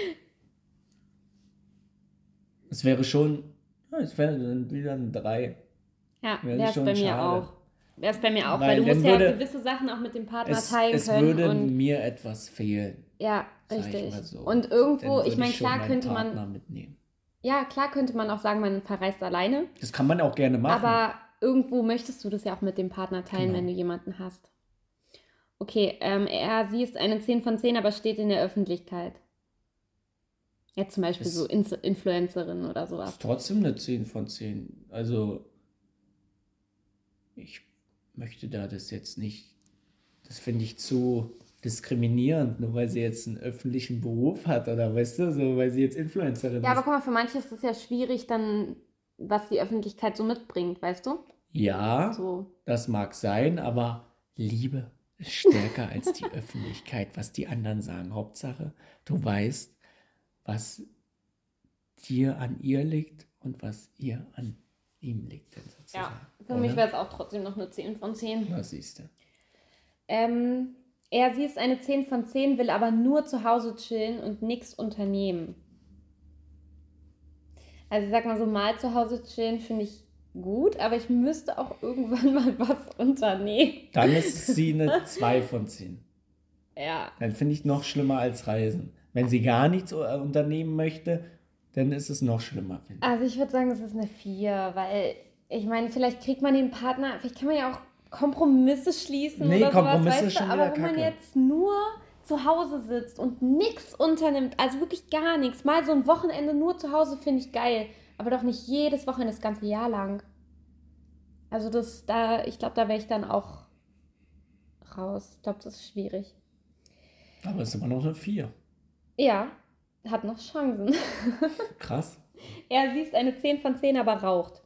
es wäre schon, ja, es wäre dann wieder ein drei. Ja, Wäre wäre es schon bei mir schade. auch. Wäre es bei mir auch, Weil weil du dann musst ja würde- gewisse Sachen auch mit dem Partner Es, teilen es können. würde und mir etwas fehlen, ja, sag ich richtig. mal so. Und Dann irgendwo, würde ich meine, schon klar meinen könnte Partner man, mitnehmen. ja, klar könnte man auch sagen, man verreist alleine. Das kann man auch gerne machen. Aber irgendwo möchtest du das ja auch mit dem Partner teilen, Genau. wenn du jemanden hast. Okay, ähm, er, sie ist eine zehn von zehn, aber steht in der Öffentlichkeit. Ja, zum Beispiel Das- so Inf- Influencerin oder Das sowas. ist trotzdem eine zehn von zehn. Also, ich möchte da das jetzt nicht, das finde ich zu diskriminierend, nur weil sie jetzt einen öffentlichen Beruf hat oder weißt du, so weil sie jetzt Influencerin Ja, aber ist. guck mal, für manche ist es ja schwierig dann, was die Öffentlichkeit so mitbringt, weißt du? Ja, So. das mag sein, aber Liebe ist stärker als die Öffentlichkeit, was die anderen sagen. Hauptsache, du weißt, was dir an ihr liegt und was ihr an ihm liegt. Denn sozusagen. Ja, für Oder? mich wäre es auch trotzdem noch eine zehn von zehn. Na, siehst du. Ähm, er, sie ist eine zehn von zehn, will aber nur zu Hause chillen und nichts unternehmen. Also ich sag mal so, mal zu Hause chillen finde ich gut, aber ich müsste auch irgendwann mal was unternehmen. Dann ist sie eine zwei von zehn. Ja. Dann finde ich noch schlimmer als Reisen. Wenn sie gar nichts äh, unternehmen möchte, dann ist es noch schlimmer, finde ich. Also ich würde sagen, es ist eine vier, weil ich meine, vielleicht kriegt man den Partner, vielleicht kann man ja auch Kompromisse schließen Nee, oder Kompromisse sowas, weißt ist schon du, aber wieder wenn man Kacke. jetzt nur zu Hause sitzt und nichts unternimmt, also wirklich gar nichts, mal so ein Wochenende nur zu Hause finde ich geil, aber doch nicht jedes Wochenende das ganze Jahr lang. Also das, da, ich glaube, da wäre ich dann auch raus. Ich glaube, das ist schwierig. Aber es ist immer noch eine vier. Ja, hat noch Chancen. Krass. Er sie ist eine zehn von zehn, aber raucht.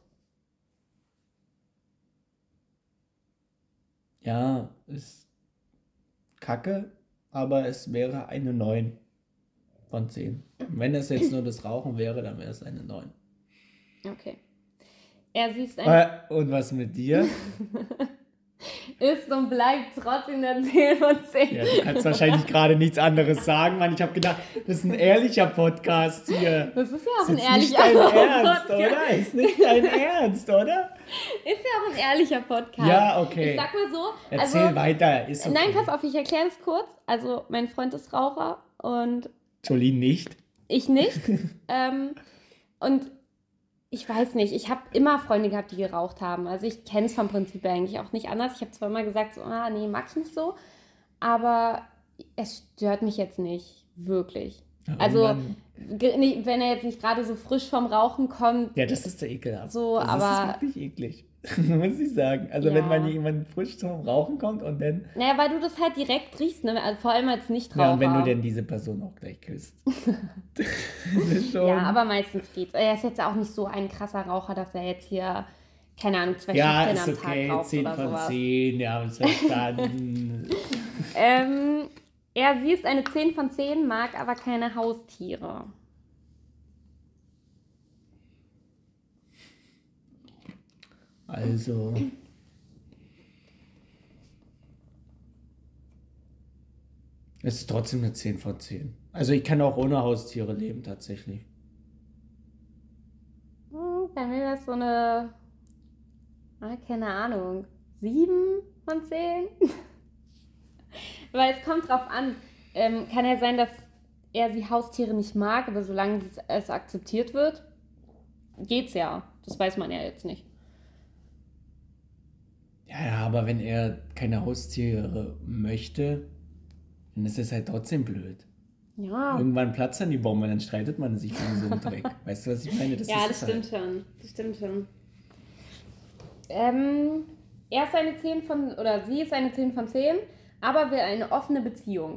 Ja, ist kacke, aber es wäre eine neun von zehn. Wenn es jetzt nur das Rauchen wäre, dann wäre es eine neun. Okay. Er sie ist eine Äh, und was mit dir? ist und bleibt trotzdem der zehn von zehn. Ja, du kannst wahrscheinlich gerade nichts anderes sagen, Mann. Ich habe gedacht, das ist ein ehrlicher Podcast hier. Das ist ja auch Ist ein jetzt nicht ehrlicher dein Ernst, Podcast. oder? Ist nicht dein Ernst, oder? Ist ja auch ein ehrlicher Podcast. Ja, okay. Ich sag mal so, Erzähl also, weiter. Ist okay. nein, pass auf, ich erkläre es kurz. Also, mein Freund ist Raucher und Jolene nicht. ich nicht. ähm, und ich weiß nicht, ich habe immer Freunde gehabt, die geraucht haben. Also ich kenne es vom Prinzip her eigentlich auch nicht anders. Ich habe zwar immer gesagt, so, ah, nee, mag ich nicht so, aber es stört mich jetzt nicht wirklich. Ja, Also, irgendwann- ge- nicht- wenn er jetzt nicht gerade so frisch vom Rauchen kommt, Ja, das ist der ekelhaft. So, das aber- ist wirklich eklig. Muss ich sagen. Also Ja. wenn man jemand frisch zum Rauchen kommt und dann. naja, weil du das halt direkt riechst, ne? Also vor allem als Nichtraucher. Ja, und wenn du denn diese Person auch gleich küsst. das ist schon. Ja, aber meistens geht's. Er ist jetzt auch nicht so ein krasser Raucher, dass er jetzt hier, keine Ahnung, zwei Ja, Schüsseln ist am okay. Tag raucht zehn oder von sowas. zehn, ja, hab's verstanden. Ähm, er, sie ist eine zehn von zehn, mag aber keine Haustiere. Also. Es ist trotzdem eine zehn von zehn. Also ich kann auch ohne Haustiere leben, tatsächlich. Hm, bei mir wäre es so eine, ah, keine Ahnung, sieben von zehn. Weil es kommt drauf an. Ähm, kann ja sein, dass er sie Haustiere nicht mag, aber solange es, es akzeptiert wird, geht's ja. Das weiß man ja jetzt nicht. Ja, ja, aber wenn er keine Haustiere möchte, dann ist es halt trotzdem blöd. Ja, Irgendwann platzt dann die Bombe, dann streitet man sich wegen so einem Dreck. Weißt du, was ich meine? Das ja, ist das es stimmt schon. Das stimmt schon. Ähm, er ist eine zehn von, oder sie ist eine zehn von zehn, aber will eine offene Beziehung.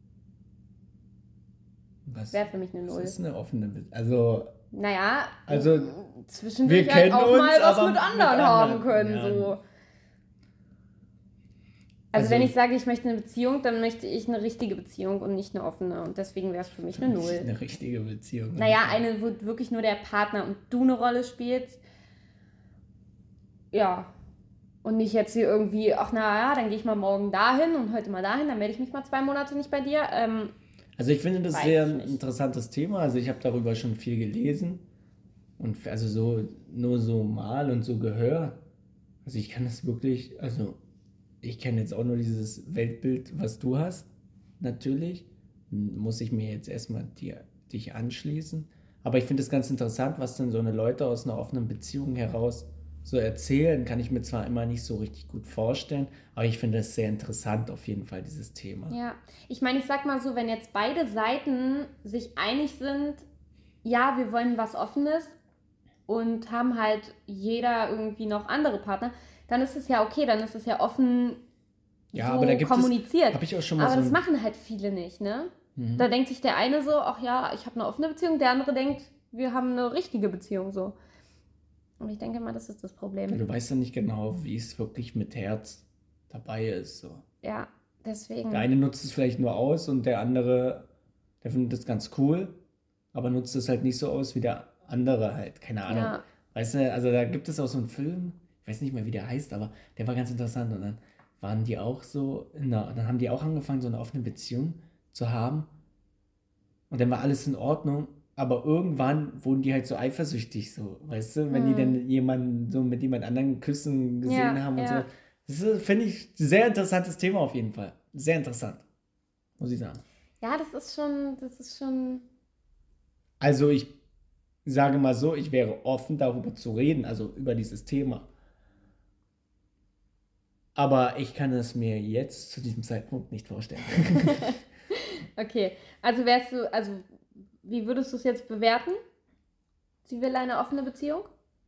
Was, Wäre für mich eine was Null. ist eine offene Be Also, naja, Also, zwischendurch wir halt kennen auch uns, mal was aber mit mit anderen anderen, haben können. ja. So. Also, Also- wenn ich sage, ich möchte eine Beziehung, dann möchte ich eine richtige Beziehung und nicht eine offene. Und deswegen wäre es für mich eine Null. Eine richtige Beziehung. Naja, eine, wo wirklich nur der Partner und du eine Rolle spielst. ja, und nicht jetzt hier irgendwie, ach naja, dann gehe ich mal morgen dahin und heute mal dahin, dann melde ich mich mal zwei Monate nicht bei dir. Ähm, Also ich finde das Weiß sehr ich ein nicht. interessantes Thema. Also ich habe darüber schon viel gelesen und f- also so nur so mal und so gehört. Also ich kann das wirklich, also ich kenne jetzt auch nur dieses Weltbild, was du hast, natürlich. N- Muss ich mir jetzt erstmal dir, dich anschließen. Aber ich finde es ganz interessant, was denn so eine Leute aus einer offenen Beziehung heraus so erzählen. Kann ich mir zwar immer nicht so richtig gut vorstellen, aber ich finde es sehr interessant auf jeden Fall, dieses Thema. Ja, ich meine, ich sag mal so, wenn jetzt beide Seiten sich einig sind, ja, wir wollen was Offenes und haben halt jeder irgendwie noch andere Partner, dann ist es ja okay, dann ist es ja offen Ja, aber da so gibt es, kommuniziert. habe ich auch schon mal Aber so das ein, machen halt viele nicht, ne? mhm. Da denkt sich der eine so, ach ja, ich habe eine offene Beziehung, der andere denkt, wir haben eine richtige Beziehung so. Und ich denke mal, das ist das Ja, Problem. du weißt ja nicht genau, wie es wirklich mit Herz dabei ist. So. Ja, Der deswegen. eine nutzt es vielleicht nur aus und der andere, der findet es ganz cool, aber nutzt es halt nicht so aus wie der andere halt. Keine Ahnung. Ja, Weißt du, also da gibt es auch so einen Film, ich weiß nicht mehr, wie der heißt, aber der war ganz interessant. Und dann waren die auch so, in einer, dann haben die auch angefangen, so eine offene Beziehung zu haben. Und dann war alles in Ordnung, aber irgendwann wurden die halt so eifersüchtig, so, weißt du, wenn die hm. dann jemanden so mit jemand anderen küssen gesehen Ja, haben und so. ja. Das ist, finde ich, ein sehr interessantes Thema auf jeden Fall. Sehr interessant, muss ich sagen. Ja, das ist schon, das ist schon. Also ich sage mal so, ich wäre offen darüber zu reden, also über dieses Thema. Aber ich kann es mir jetzt zu diesem Zeitpunkt nicht vorstellen. Okay, also wärst du, also wie würdest du es jetzt bewerten? Sie will eine offene Beziehung?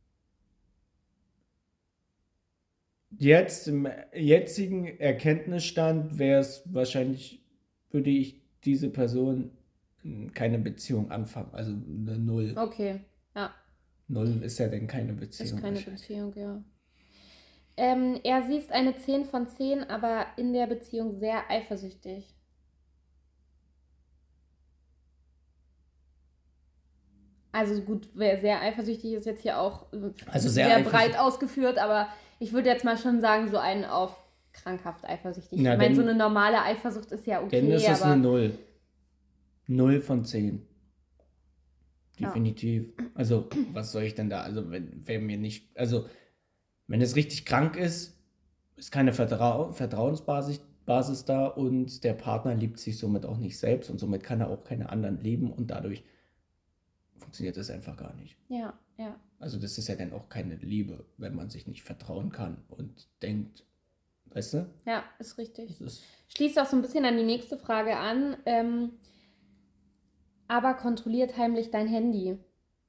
Jetzt im jetzigen Erkenntnisstand wäre es wahrscheinlich, würde ich diese Person hm, keine Beziehung anfangen. Also eine Null. Okay, ja, Null ist ja dann keine ist Beziehung keine wahrscheinlich. Beziehung, ja. Ähm, er siehst eine zehn von zehn, aber in der Beziehung sehr eifersüchtig. Also gut, wer sehr eifersüchtig ist jetzt hier auch äh, Also sehr sehr breit eifersüchtig. ausgeführt, aber ich würde jetzt mal schon sagen, so einen auf krankhaft eifersüchtig. Ich Na, meine, so eine denn, normale Eifersucht ist ja denn ist okay, es eine aber Null. Null von zehn. ja, Definitiv. Also, was soll ich denn da? Also, wenn, wer mir nicht. Also, wenn es richtig krank ist, ist keine Vertrau Vertrauensbasis Basis da und der Partner liebt sich somit auch nicht selbst und somit kann er auch keine anderen lieben und dadurch funktioniert das einfach gar nicht. ja, ja. Also das ist ja dann auch keine Liebe, wenn man sich nicht vertrauen kann und denkt, weißt du, Ja, ist richtig. das ist, Schließt auch so ein bisschen an die nächste Frage an, ähm, aber kontrolliert heimlich dein Handy.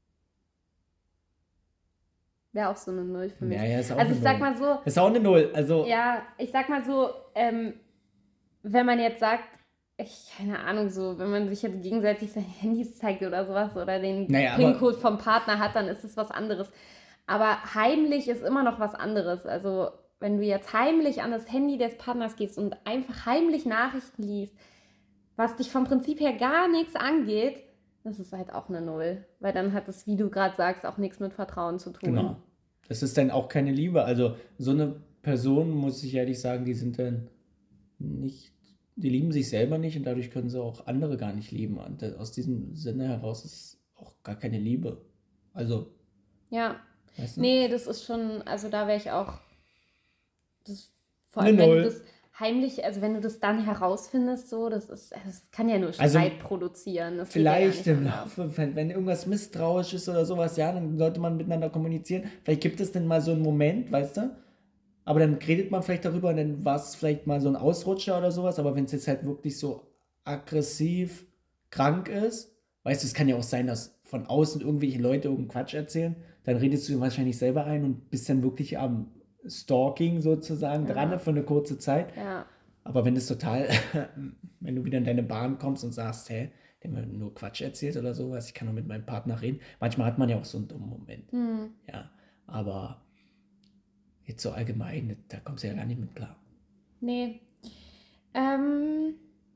Wäre auch so eine Null für mich. naja, ist auch Also eine ich sag Null. mal so, Ist auch eine Null, also, ja, ich sag mal so, ähm, wenn man jetzt sagt, ich, keine Ahnung, so, wenn man sich jetzt gegenseitig seine Handys zeigt oder sowas oder den naja, aber, PIN-Code vom Partner hat, dann ist es was anderes. Aber heimlich ist immer noch was anderes. Also, wenn du jetzt heimlich an das Handy des Partners gehst und einfach heimlich Nachrichten liest, was dich vom Prinzip her gar nichts angeht, das ist halt auch eine Null. Weil dann hat es, wie du gerade sagst, auch nichts mit Vertrauen zu tun. genau, das ist dann auch keine Liebe. Also so eine Person, muss ich ehrlich sagen, die sind dann nicht, die lieben sich selber nicht und dadurch können sie auch andere gar nicht lieben. Und aus diesem Sinne heraus ist auch gar keine Liebe. Also, Ja, weißt du, nee, das ist schon, also da wäre ich auch, das, vor eine allem wenn du Null. das heimlich, also wenn du das dann herausfindest, so, das ist, das kann ja nur Also Streit produzieren, das geht ja gar vielleicht nicht im anders. Laufe, wenn, wenn irgendwas misstrauisch ist oder sowas, ja, dann sollte man miteinander kommunizieren. Vielleicht gibt es dann mal so einen Moment, weißt du? Aber dann redet man vielleicht darüber und dann war es vielleicht mal so ein Ausrutscher oder sowas. Aber wenn es jetzt halt wirklich so aggressiv krank ist, weißt du, es kann ja auch sein, dass von außen irgendwelche Leute irgendeinen Quatsch erzählen, dann redest du wahrscheinlich selber ein und bist dann wirklich am Stalking sozusagen dran Ja, für eine kurze Zeit. ja, Aber wenn es total, wenn du wieder in deine Bahn kommst und sagst, hä, der mir nur Quatsch erzählt oder sowas, ich kann nur mit meinem Partner reden. Manchmal hat man ja auch so einen dummen Moment. hm, Ja, aber jetzt so allgemein, da kommst du ja gar nicht mit klar. nee. Ähm,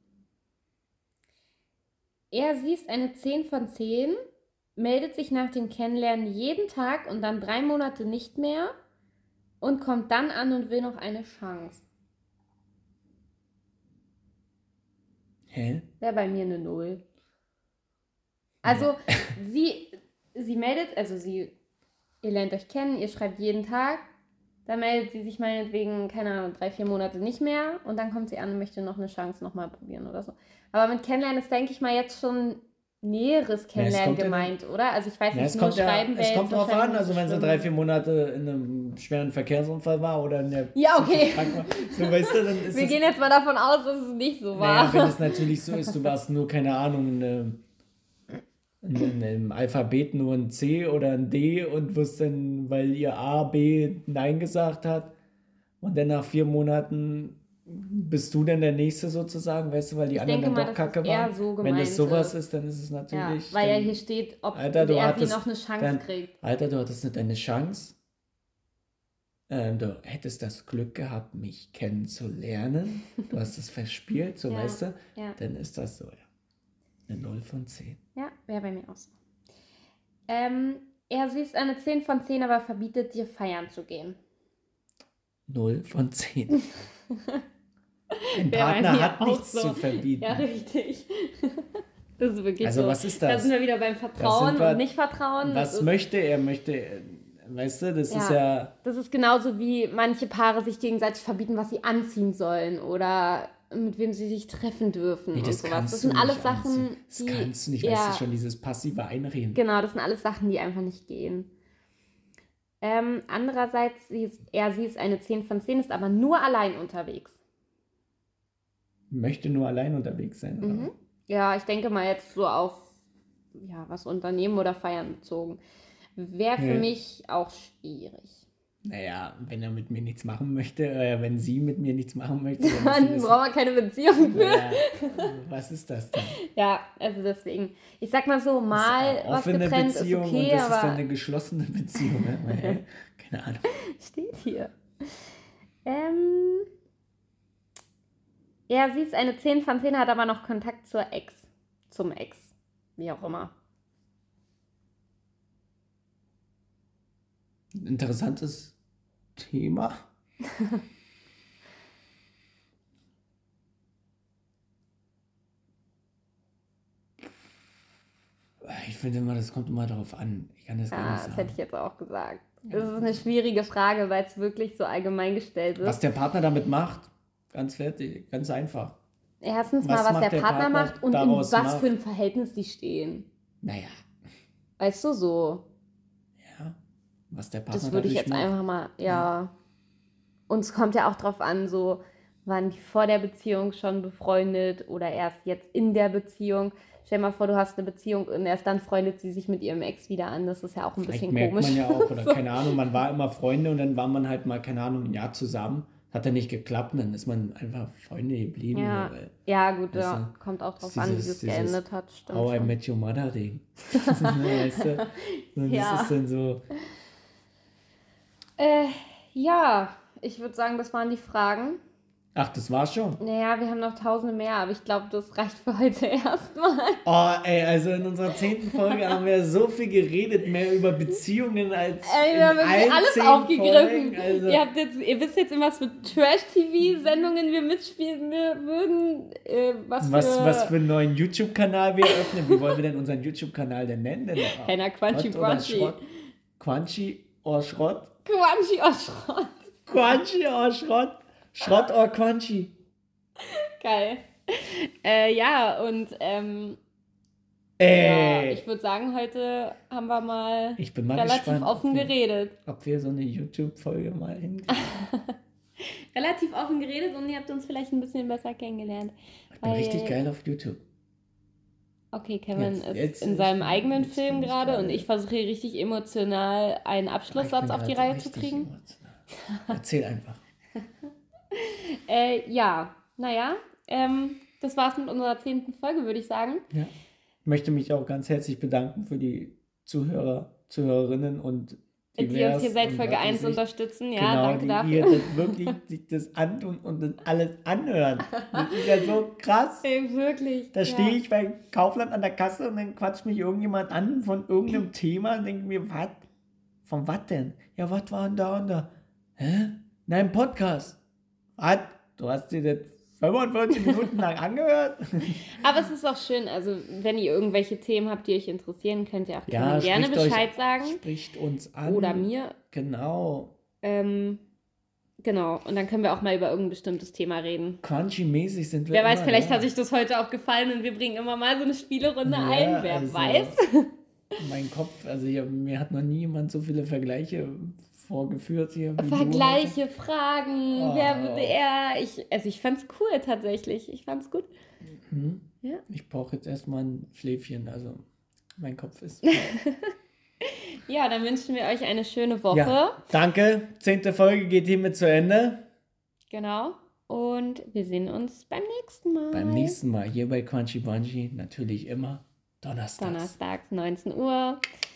er siehst eine zehn von zehn, meldet sich nach dem Kennenlernen jeden Tag und dann drei Monate nicht mehr. und kommt dann an und will noch eine Chance. Hä? Wäre bei mir eine Null. Also, sie, sie meldet, also sie, ihr lernt euch kennen, ihr schreibt jeden Tag, dann meldet sie sich meinetwegen, keine Ahnung, drei, vier Monate nicht mehr und dann kommt sie an und möchte noch eine Chance nochmal probieren oder so. Aber mit Kennenlernen ist, denke ich mal, jetzt schon näheres Kennenlernen ja, gemeint, oder? Also ich weiß ja, nicht, es nur kommt ja, schreiben wäre es jetzt kommt drauf wahrscheinlich an, also wenn sie schlimm. drei, vier Monate in einem schweren Verkehrsunfall war oder in der Ja, okay. War, so, weißt du, dann ist Wir es, gehen jetzt mal davon aus, dass es nicht so war. naja, wenn es natürlich so ist, du warst nur, keine Ahnung, eine, in, in, im Alphabet nur ein C oder ein D und wirst dann, weil ihr A, B Nein gesagt hat und dann nach vier Monaten bist du denn der Nächste sozusagen, weißt du, weil die Ich anderen denke dann mal, doch dass es kacke eher waren. so Wenn gemeint das sowas ist. ist, dann ist es Ja, natürlich... weil ja dann, hier steht, ob Alter, du er hattest, sie noch eine Chance dann, kriegt. Alter, du hattest nicht eine Chance. Ähm, du hättest das Glück gehabt, mich kennenzulernen. Du hast es verspielt, so Ja, weißt du. ja. Dann ist das so, ja. Eine null von zehn. Ja, wäre bei mir auch so. Ähm, er siehst eine zehn von zehn, aber verbietet dir feiern zu gehen. null von zehn. Ein Wäre bei Partner mir hat auch nichts so. zu verbieten. Ja, richtig. Das ist wirklich Also so. was ist Da das? sind wir wieder beim Das Vertrauen sind wir- und Nicht-Vertrauen. Das Was ist, möchte er? Möchte, äh, weißt du, das Ja. ist ja... das ist genauso wie manche Paare sich gegenseitig verbieten, was sie anziehen sollen oder mit wem sie sich treffen dürfen Nee, und das sowas. kannst Das du sind alles nicht Sachen, anziehen. Das die... kannst du nicht, ja, weißt du, schon dieses passive Einreden. Genau, das sind alles Sachen, die einfach nicht gehen. Ähm, andererseits, sie ist, er, sie ist eine zehn von zehn, ist aber nur allein unterwegs. Möchte nur allein unterwegs sein. Oder? Mhm. Ja, ich denke mal jetzt so auf ja, was Unternehmen oder Feiern bezogen. Wäre für Ja. mich auch schwierig. Naja, wenn er mit mir nichts machen möchte, äh, wenn sie mit mir nichts machen möchte, dann, Dann ist sie brauchen wir keine Beziehung für. ja, was ist das denn? Ja, also deswegen. Ich sag mal so, Das mal ist eine was offene getrennt ist Beziehung okay, und das ist dann aber eine geschlossene Beziehung. Ne? Weil, hä? Keine Ahnung. steht hier. Ähm, ja, sie ist eine zehn von zehn, hat aber noch Kontakt zur Ex. Zum Ex. Wie auch immer. Ein interessantes Thema. Ich finde immer, das kommt immer darauf an. Ich kann das gar Ja, nicht das sagen. hätte ich jetzt auch gesagt. Das ist eine schwierige Frage, weil es wirklich so allgemein gestellt ist. Was der Partner damit macht, ganz fertig, ganz einfach. Erstens was mal, was macht der, der Partner, Partner macht und in daraus was macht? für ein Verhältnis die stehen. Naja, Weißt du, so. ja. Was der Partner Das würde ich dadurch jetzt macht. einfach mal, ja. Und es kommt ja auch drauf an, so, waren die vor der Beziehung schon befreundet oder erst jetzt in der Beziehung. Stell dir mal vor, du hast eine Beziehung und erst dann freundet sie sich mit ihrem Ex wieder an. Das ist ja auch ein Vielleicht bisschen merkt komisch. man ja auch, oder So. keine Ahnung, man war immer Freunde und dann war man halt mal, keine Ahnung, ein Jahr zusammen. Hat dann nicht geklappt und dann ist man einfach Freunde geblieben. Ja, so, weil ja gut, Weißt ja. du, Kommt auch drauf dieses- an, wie es dieses geendet hat. Stimmt How I schon. Met Your Mother Ding. weißt du? Und Ja. das ist dann so, Äh, ja, ich würde sagen, das waren die Fragen. ach, das war's schon. Naja, wir haben noch tausende mehr, aber ich glaube, das reicht für heute erstmal. Oh, ey, also in unserer zehnten Folge haben wir so viel geredet, mehr über Beziehungen als Ey, in wir haben wirklich allen alles zehn aufgegriffen. Folgen. Also, Ihr, habt jetzt, ihr wisst jetzt, in was für Trash-T V-Sendungen wir mitspielen würden. Äh, was, was, für... was für einen neuen YouTube-Kanal wir eröffnen. Wie wollen wir denn unseren YouTube-Kanal denn nennen? Denn Keiner Quatschi Schrott oder Quatschi. Schrott? Quatschi or Schrott? Quatschi or Schrott. Quatschi or Schrott? Schrott or Quatschi? Geil. Äh, ja, und ähm, ja, Ey, ich würde sagen, heute haben wir mal ich bin mal relativ gespannt, offen ob wir, geredet. ob wir so eine YouTube-Folge mal hinkriegen. Relativ offen geredet und ihr habt uns vielleicht ein bisschen besser kennengelernt. Ich bin Weil- richtig geil auf YouTube. Okay, Kevin Jetzt- ist jetzt in ist- seinem eigenen jetzt Film bin ich gerade gerade- und ich versuche hier richtig emotional einen Ich Abschlusssatz bin auf die gerade Reihe zu richtig kriegen. emotional. Erzähl einfach. Äh, ja, naja, ähm, das war's mit unserer zehnten Folge, würde ich sagen. Ja. Ich möchte mich auch ganz herzlich bedanken für die Zuhörer, Zuhörerinnen und Die uns divers hier seit und Folge was weiß eins ich. unterstützen. Ja, Genau, danke die dafür. ihr das wirklich sich das antun und das alles anhören. Das ist ja so krass. Ey, wirklich. Da ja. stehe ich bei Kaufland an der Kasse und dann quatscht mich irgendjemand an von irgendeinem Thema und denke mir, was? Von was denn? Ja, was war denn da und da? Hä? Nein, Podcast. Was? Du hast dir das fünfundvierzig Minuten lang angehört? Aber es ist auch schön, also wenn ihr irgendwelche Themen habt, die euch interessieren, könnt ihr auch Ja, gerne spricht Bescheid euch, sagen. Spricht uns an. Oder mir. Genau. Ähm, genau, und dann können wir auch mal über irgendein bestimmtes Thema reden. Crunchy-mäßig sind wir Wer weiß, immer, vielleicht ja. hat euch das heute auch gefallen und wir bringen immer mal so eine Spielerunde Ja, ein. Wer also, weiß. Mein Kopf, also hier, mir hat noch nie jemand so viele Vergleiche vorgeführt hier. Wie Vergleiche, Fragen, Oh. wer würde er. Ich, also ich fand's cool tatsächlich. Ich fand's gut. Du heute. Hm? Ja. Ich brauche jetzt erstmal ein Schläfchen, also mein Kopf ist. Ja, dann wünschen wir euch eine schöne Woche. Ja, danke. Zehnte Folge geht hiermit zu Ende. Genau. Und wir sehen uns beim nächsten Mal. Beim nächsten Mal hier bei Crunchy Bunchy, natürlich immer donnerstags. Donnerstags, neunzehn Uhr.